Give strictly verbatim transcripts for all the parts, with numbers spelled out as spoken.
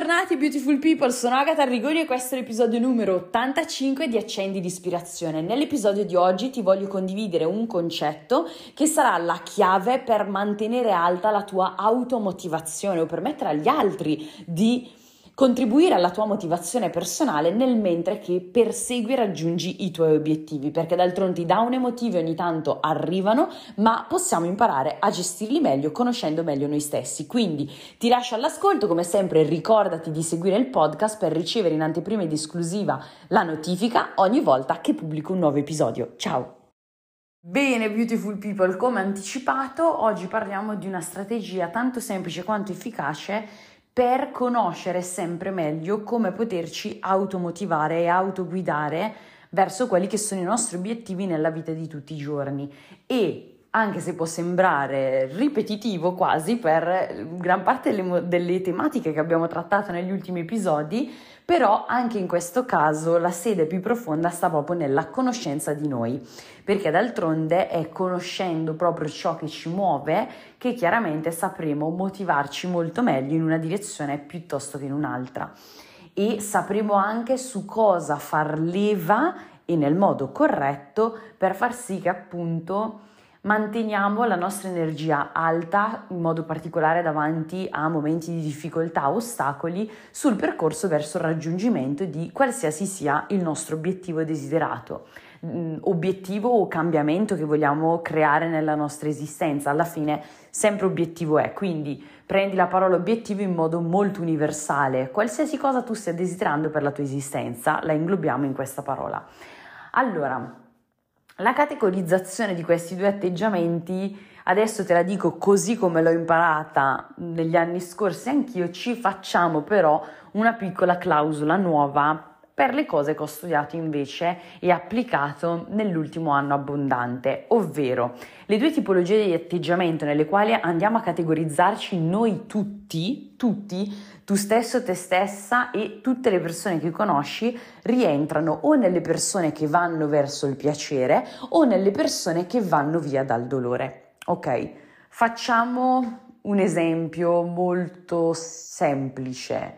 Bentornati Beautiful People, sono Agata Arrigoni e questo è l'episodio numero ottantacinque di Accendi l'Ispirazione. Nell'episodio di oggi ti voglio condividere un concetto che sarà la chiave per mantenere alta la tua automotivazione o permettere agli altri di contribuire alla tua motivazione personale nel mentre che persegui e raggiungi i tuoi obiettivi, perché d'altronde i down emotivi ogni tanto arrivano, ma possiamo imparare a gestirli meglio conoscendo meglio noi stessi. Quindi ti lascio all'ascolto, come sempre ricordati di seguire il podcast per ricevere in anteprima ed esclusiva la notifica ogni volta che pubblico un nuovo episodio. Ciao! Bene, Beautiful People, come anticipato, oggi parliamo di una strategia tanto semplice quanto efficace per conoscere sempre meglio come poterci automotivare e autoguidare verso quelli che sono i nostri obiettivi nella vita di tutti i giorni. E anche se può sembrare ripetitivo quasi per gran parte delle, delle tematiche che abbiamo trattato negli ultimi episodi, però anche in questo caso la sede più profonda sta proprio nella conoscenza di noi, perché d'altronde è conoscendo proprio ciò che ci muove che chiaramente sapremo motivarci molto meglio in una direzione piuttosto che in un'altra, e sapremo anche su cosa far leva e nel modo corretto per far sì che appunto manteniamo la nostra energia alta, in modo particolare davanti a momenti di difficoltà, ostacoli sul percorso verso il raggiungimento di qualsiasi sia il nostro obiettivo desiderato, obiettivo o cambiamento che vogliamo creare nella nostra esistenza. Alla fine sempre obiettivo è, quindi prendi la parola obiettivo in modo molto universale. Qualsiasi cosa tu stia desiderando per la tua esistenza la inglobiamo in questa parola. Allora, la categorizzazione di questi due atteggiamenti adesso te la dico così come l'ho imparata negli anni scorsi anch'io. Ci facciamo però una piccola clausola nuova per le cose che ho studiato invece e applicato nell'ultimo anno abbondante, ovvero le due tipologie di atteggiamento nelle quali andiamo a categorizzarci noi tutti, tutti, tu stesso, te stessa e tutte le persone che conosci, rientrano o nelle persone che vanno verso il piacere o nelle persone che vanno via dal dolore. Ok, facciamo un esempio molto semplice.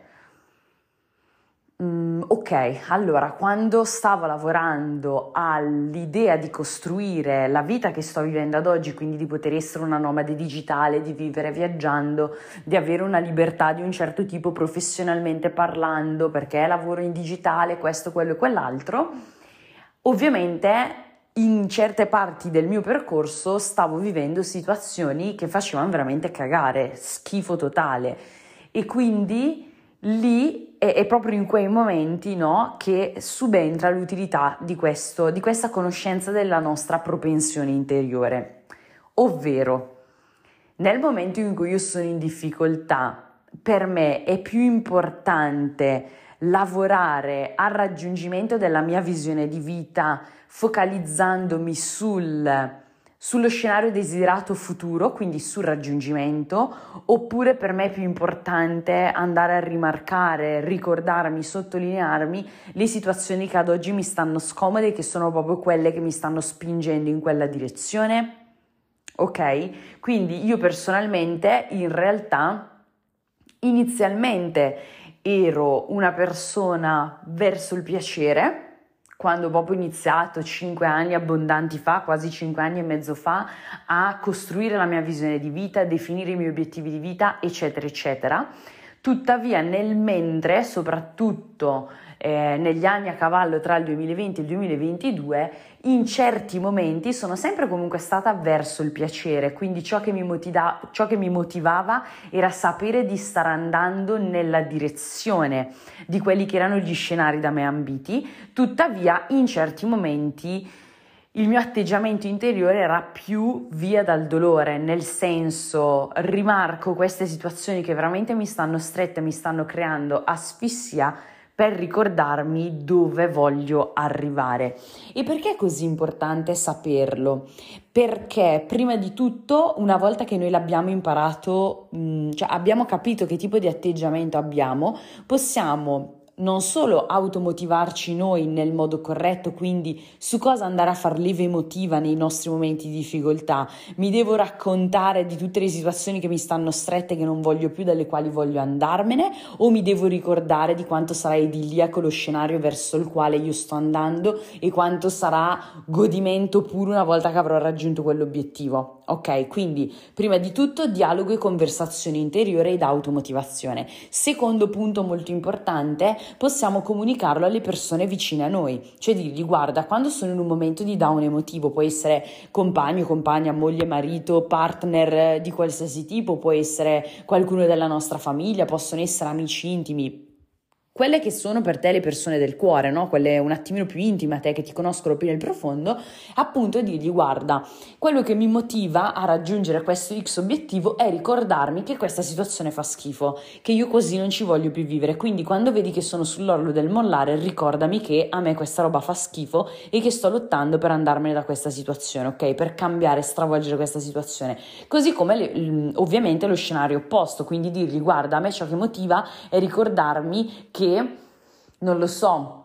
Mm, ok, allora quando stavo lavorando all'idea di costruire la vita che sto vivendo ad oggi, quindi di poter essere una nomade digitale, di vivere viaggiando, di avere una libertà di un certo tipo professionalmente parlando, perché lavoro in digitale, questo, quello e quell'altro, ovviamente in certe parti del mio percorso stavo vivendo situazioni che facevano veramente cagare, schifo totale, e quindi lì è, è proprio in quei momenti, no, che subentra l'utilità di questo, di questa conoscenza della nostra propensione interiore. Ovvero, nel momento in cui io sono in difficoltà, per me è più importante lavorare al raggiungimento della mia visione di vita, focalizzandomi sul sullo scenario desiderato futuro, quindi sul raggiungimento, oppure per me è più importante andare a rimarcare, ricordarmi, sottolinearmi le situazioni che ad oggi mi stanno scomode e che sono proprio quelle che mi stanno spingendo in quella direzione? Ok? Quindi io personalmente in realtà inizialmente ero una persona verso il piacere, quando proprio ho iniziato cinque anni abbondanti fa, quasi cinque anni e mezzo fa, a costruire la mia visione di vita, a definire i miei obiettivi di vita, eccetera, eccetera. Tuttavia, nel mentre, soprattutto eh, negli anni a cavallo tra il duemilaventi e il duemilaventidue, in certi momenti sono sempre comunque stata verso il piacere, quindi ciò che mi motiva, ciò che mi motivava era sapere di stare andando nella direzione di quelli che erano gli scenari da me ambiti. Tuttavia, in certi momenti il mio atteggiamento interiore era più via dal dolore, nel senso rimarco queste situazioni che veramente mi stanno strette, mi stanno creando asfissia, per ricordarmi dove voglio arrivare. E perché è così importante saperlo? Perché prima di tutto, una volta che noi l'abbiamo imparato, mh, cioè abbiamo capito che tipo di atteggiamento abbiamo, possiamo non solo automotivarci noi nel modo corretto, quindi su cosa andare a far leva emotiva nei nostri momenti di difficoltà, mi devo raccontare di tutte le situazioni che mi stanno strette, che non voglio più, dalle quali voglio andarmene, o mi devo ricordare di quanto sarà idilliaco lo scenario verso il quale io sto andando e quanto sarà godimento puro una volta che avrò raggiunto quell'obiettivo. Ok, quindi prima di tutto dialogo e conversazione interiore ed automotivazione. Secondo punto molto importante, possiamo comunicarlo alle persone vicine a noi, cioè dirgli: guarda, quando sono in un momento di down emotivo, può essere compagno, compagna, moglie, marito, partner di qualsiasi tipo, può essere qualcuno della nostra famiglia, possono essere amici intimi, quelle che sono per te le persone del cuore, no? Quelle un attimino più intime a te, che ti conoscono più nel profondo, appunto, e dirgli: guarda, quello che mi motiva a raggiungere questo X obiettivo è ricordarmi che questa situazione fa schifo, che io così non ci voglio più vivere, quindi quando vedi che sono sull'orlo del mollare, ricordami che a me questa roba fa schifo e che sto lottando per andarmene da questa situazione, ok? Per cambiare, stravolgere questa situazione. Così come le, ovviamente lo scenario opposto, quindi dirgli: guarda, a me ciò che motiva è ricordarmi che che, non lo so,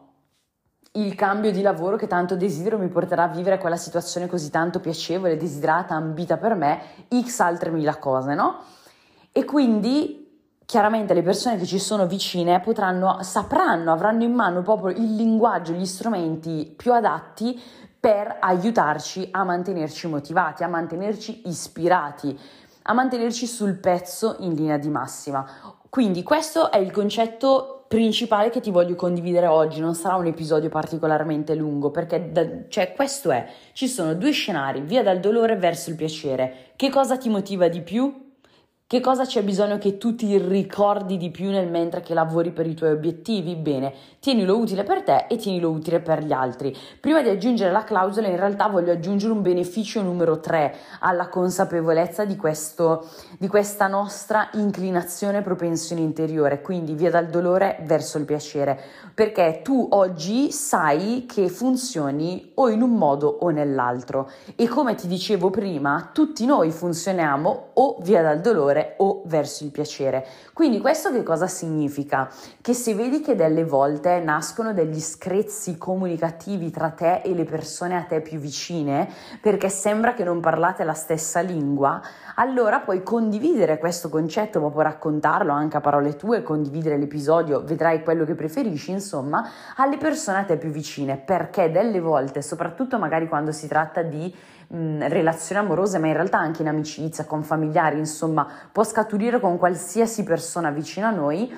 il cambio di lavoro che tanto desidero mi porterà a vivere quella situazione così tanto piacevole, desiderata, ambita per me, x altre mila cose, no? E quindi chiaramente le persone che ci sono vicine potranno, sapranno, avranno in mano proprio il linguaggio, gli strumenti più adatti per aiutarci a mantenerci motivati, a mantenerci ispirati, a mantenerci sul pezzo in linea di massima. Quindi questo è il concetto principale che ti voglio condividere oggi. Non sarà un episodio particolarmente lungo, perché da, cioè questo è, ci sono due scenari: via dal dolore verso il piacere. Che cosa ti motiva di più? Che cosa c'è bisogno che tu ti ricordi di più nel mentre che lavori per i tuoi obiettivi? Bene, tienilo utile per te e tienilo utile per gli altri. Prima di aggiungere la clausola, in realtà voglio aggiungere un beneficio numero tre alla consapevolezza di questo, di questa nostra inclinazione e propensione interiore, quindi via dal dolore verso il piacere, perché tu oggi sai che funzioni o in un modo o nell'altro, e come ti dicevo prima, tutti noi funzioniamo o via dal dolore o verso il piacere. Quindi questo che cosa significa? Che se vedi che delle volte nascono degli screzi comunicativi tra te e le persone a te più vicine, perché sembra che non parlate la stessa lingua, allora puoi condividere questo concetto, ma puoi raccontarlo anche a parole tue, condividere l'episodio, vedrai quello che preferisci, insomma, alle persone a te più vicine, perché delle volte, soprattutto magari quando si tratta di mh, relazioni amorose, ma in realtà anche in amicizia, con familiari, insomma, può scaturire con qualsiasi persona vicina a noi,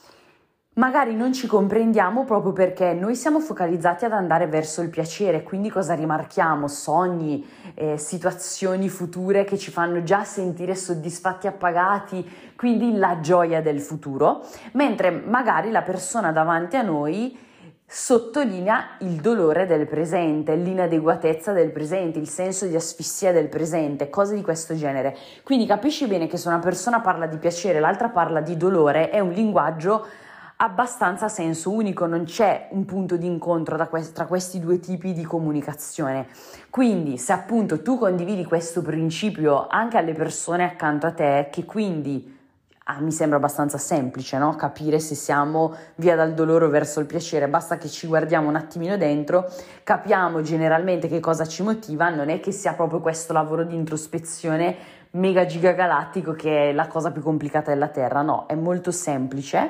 magari non ci comprendiamo proprio perché noi siamo focalizzati ad andare verso il piacere, quindi cosa rimarchiamo? Sogni, eh, situazioni future che ci fanno già sentire soddisfatti, appagati, quindi la gioia del futuro, mentre magari la persona davanti a noi sottolinea il dolore del presente, l'inadeguatezza del presente, il senso di asfissia del presente, cose di questo genere. Quindi capisci bene che se una persona parla di piacere e l'altra parla di dolore, è un linguaggio abbastanza a senso unico, non c'è un punto di incontro da quest- tra questi due tipi di comunicazione. Quindi se appunto tu condividi questo principio anche alle persone accanto a te, che quindi ah, mi sembra abbastanza semplice, no? Capire se siamo via dal dolore verso il piacere, basta che ci guardiamo un attimino dentro, capiamo generalmente che cosa ci motiva, non è che sia proprio questo lavoro di introspezione mega giga galattico che è la cosa più complicata della Terra, no, è molto semplice,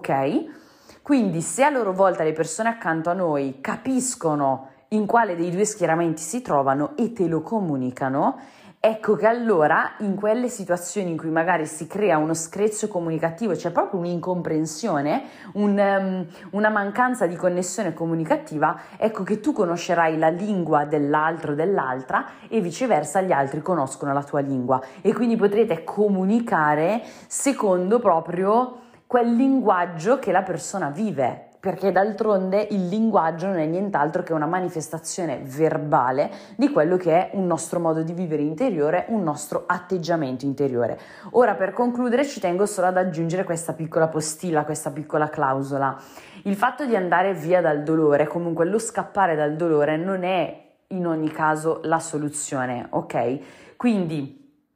ok? Quindi se a loro volta le persone accanto a noi capiscono in quale dei due schieramenti si trovano e te lo comunicano, ecco che allora in quelle situazioni in cui magari si crea uno screzio comunicativo, c'è proprio un'incomprensione, un, um, una mancanza di connessione comunicativa, ecco che tu conoscerai la lingua dell'altro, dell'altra, e viceversa gli altri conoscono la tua lingua, e quindi potrete comunicare secondo proprio quel linguaggio che la persona vive, perché d'altronde il linguaggio non è nient'altro che una manifestazione verbale di quello che è un nostro modo di vivere interiore, un nostro atteggiamento interiore. Ora, per concludere, ci tengo solo ad aggiungere questa piccola postilla, questa piccola clausola. Il fatto di andare via dal dolore, comunque lo scappare dal dolore, non è in ogni caso la soluzione, ok? Quindi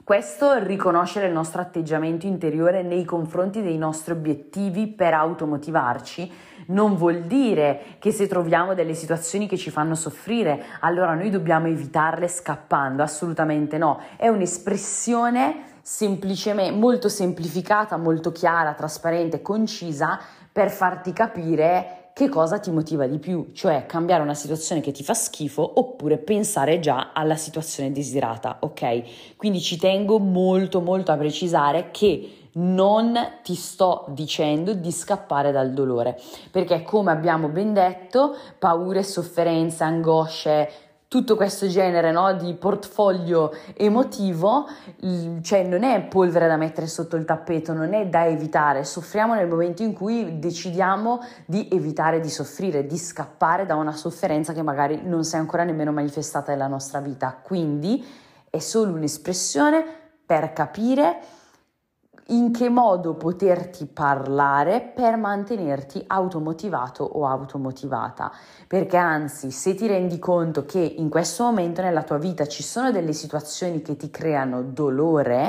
Questo riconoscere il nostro atteggiamento interiore nei confronti dei nostri obiettivi per automotivarci non vuol dire che se troviamo delle situazioni che ci fanno soffrire, allora noi dobbiamo evitarle scappando, assolutamente no. È un'espressione semplicemente molto semplificata, molto chiara, trasparente, concisa per farti capire che cosa ti motiva di più, cioè cambiare una situazione che ti fa schifo oppure pensare già alla situazione desiderata, ok? Quindi ci tengo molto molto a precisare che non ti sto dicendo di scappare dal dolore, perché come abbiamo ben detto, paure, sofferenze, angosce, tutto questo genere, no, di portfolio emotivo, cioè non è polvere da mettere sotto il tappeto, non è da evitare. Soffriamo nel momento in cui decidiamo di evitare di soffrire, di scappare da una sofferenza che magari non si è ancora nemmeno manifestata nella nostra vita. Quindi è solo un'espressione per capire in che modo poterti parlare per mantenerti automotivato o automotivata, perché anzi, se ti rendi conto che in questo momento nella tua vita ci sono delle situazioni che ti creano dolore,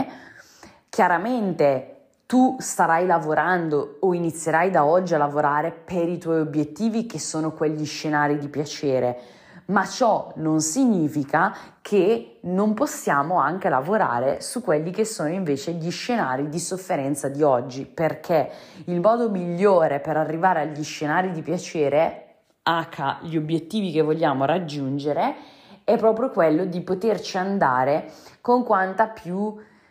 chiaramente tu starai lavorando o inizierai da oggi a lavorare per i tuoi obiettivi, che sono quegli scenari di piacere, ma ciò non significa che non possiamo anche lavorare su quelli che sono invece gli scenari di sofferenza di oggi, perché il modo migliore per arrivare agli scenari di piacere, H, gli obiettivi che vogliamo raggiungere, è proprio quello di poterci andare con quanta più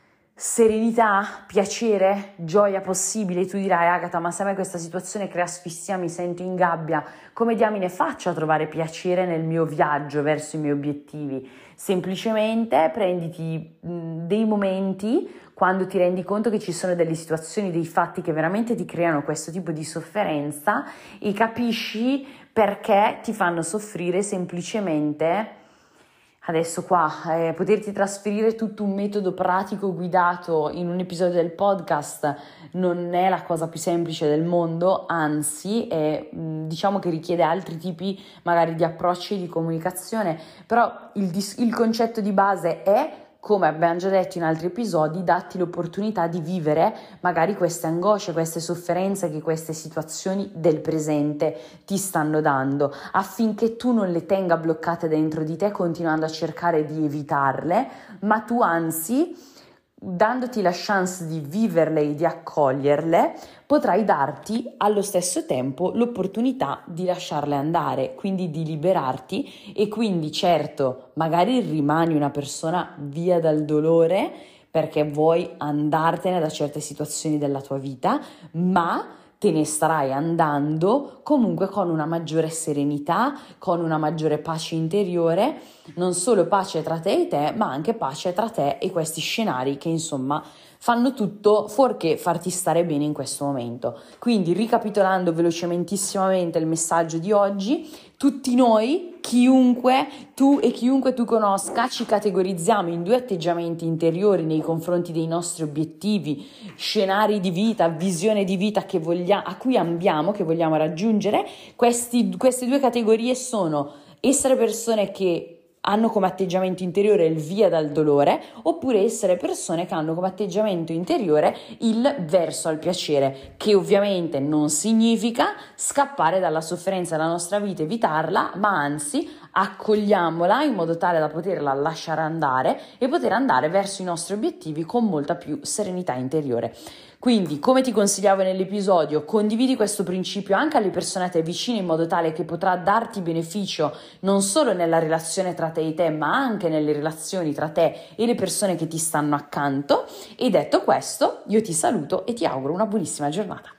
serenità, piacere, gioia possibile. Tu dirai: Agata, ma se a me questa situazione crea sfissia, mi sento in gabbia, come diamine faccio a trovare piacere nel mio viaggio verso i miei obiettivi? Semplicemente prenditi mh, dei momenti quando ti rendi conto che ci sono delle situazioni, dei fatti che veramente ti creano questo tipo di sofferenza e capisci perché ti fanno soffrire. Semplicemente adesso qua, eh, poterti trasferire tutto un metodo pratico guidato in un episodio del podcast non è la cosa più semplice del mondo, anzi è, diciamo che richiede altri tipi magari di approcci e di comunicazione, però il, dis- il concetto di base è, come abbiamo già detto in altri episodi, datti l'opportunità di vivere magari queste angosce, queste sofferenze che queste situazioni del presente ti stanno dando, affinché tu non le tenga bloccate dentro di te continuando a cercare di evitarle, ma tu anzi, dandoti la chance di viverle e di accoglierle, potrai darti allo stesso tempo l'opportunità di lasciarle andare, quindi di liberarti. E quindi certo, magari rimani una persona via dal dolore perché vuoi andartene da certe situazioni della tua vita, ma te ne starai andando comunque con una maggiore serenità, con una maggiore pace interiore, non solo pace tra te e te, ma anche pace tra te e questi scenari che insomma fanno tutto fuorché farti stare bene in questo momento. Quindi, ricapitolando velocementissimamente il messaggio di oggi, tutti noi, chiunque tu e chiunque tu conosca, ci categorizziamo in due atteggiamenti interiori nei confronti dei nostri obiettivi, scenari di vita, visione di vita che voglia, a cui ambiamo, che vogliamo raggiungere. Questi, queste due categorie sono essere persone che hanno come atteggiamento interiore il via dal dolore, oppure essere persone che hanno come atteggiamento interiore il verso al piacere, che ovviamente non significa scappare dalla sofferenza della nostra vita, evitarla, ma anzi accogliamola in modo tale da poterla lasciare andare e poter andare verso i nostri obiettivi con molta più serenità interiore. Quindi, come ti consigliavo nell'episodio, condividi questo principio anche alle persone a te vicine in modo tale che potrà darti beneficio non solo nella relazione tra te e te, ma anche nelle relazioni tra te e le persone che ti stanno accanto. E detto questo, io ti saluto e ti auguro una buonissima giornata.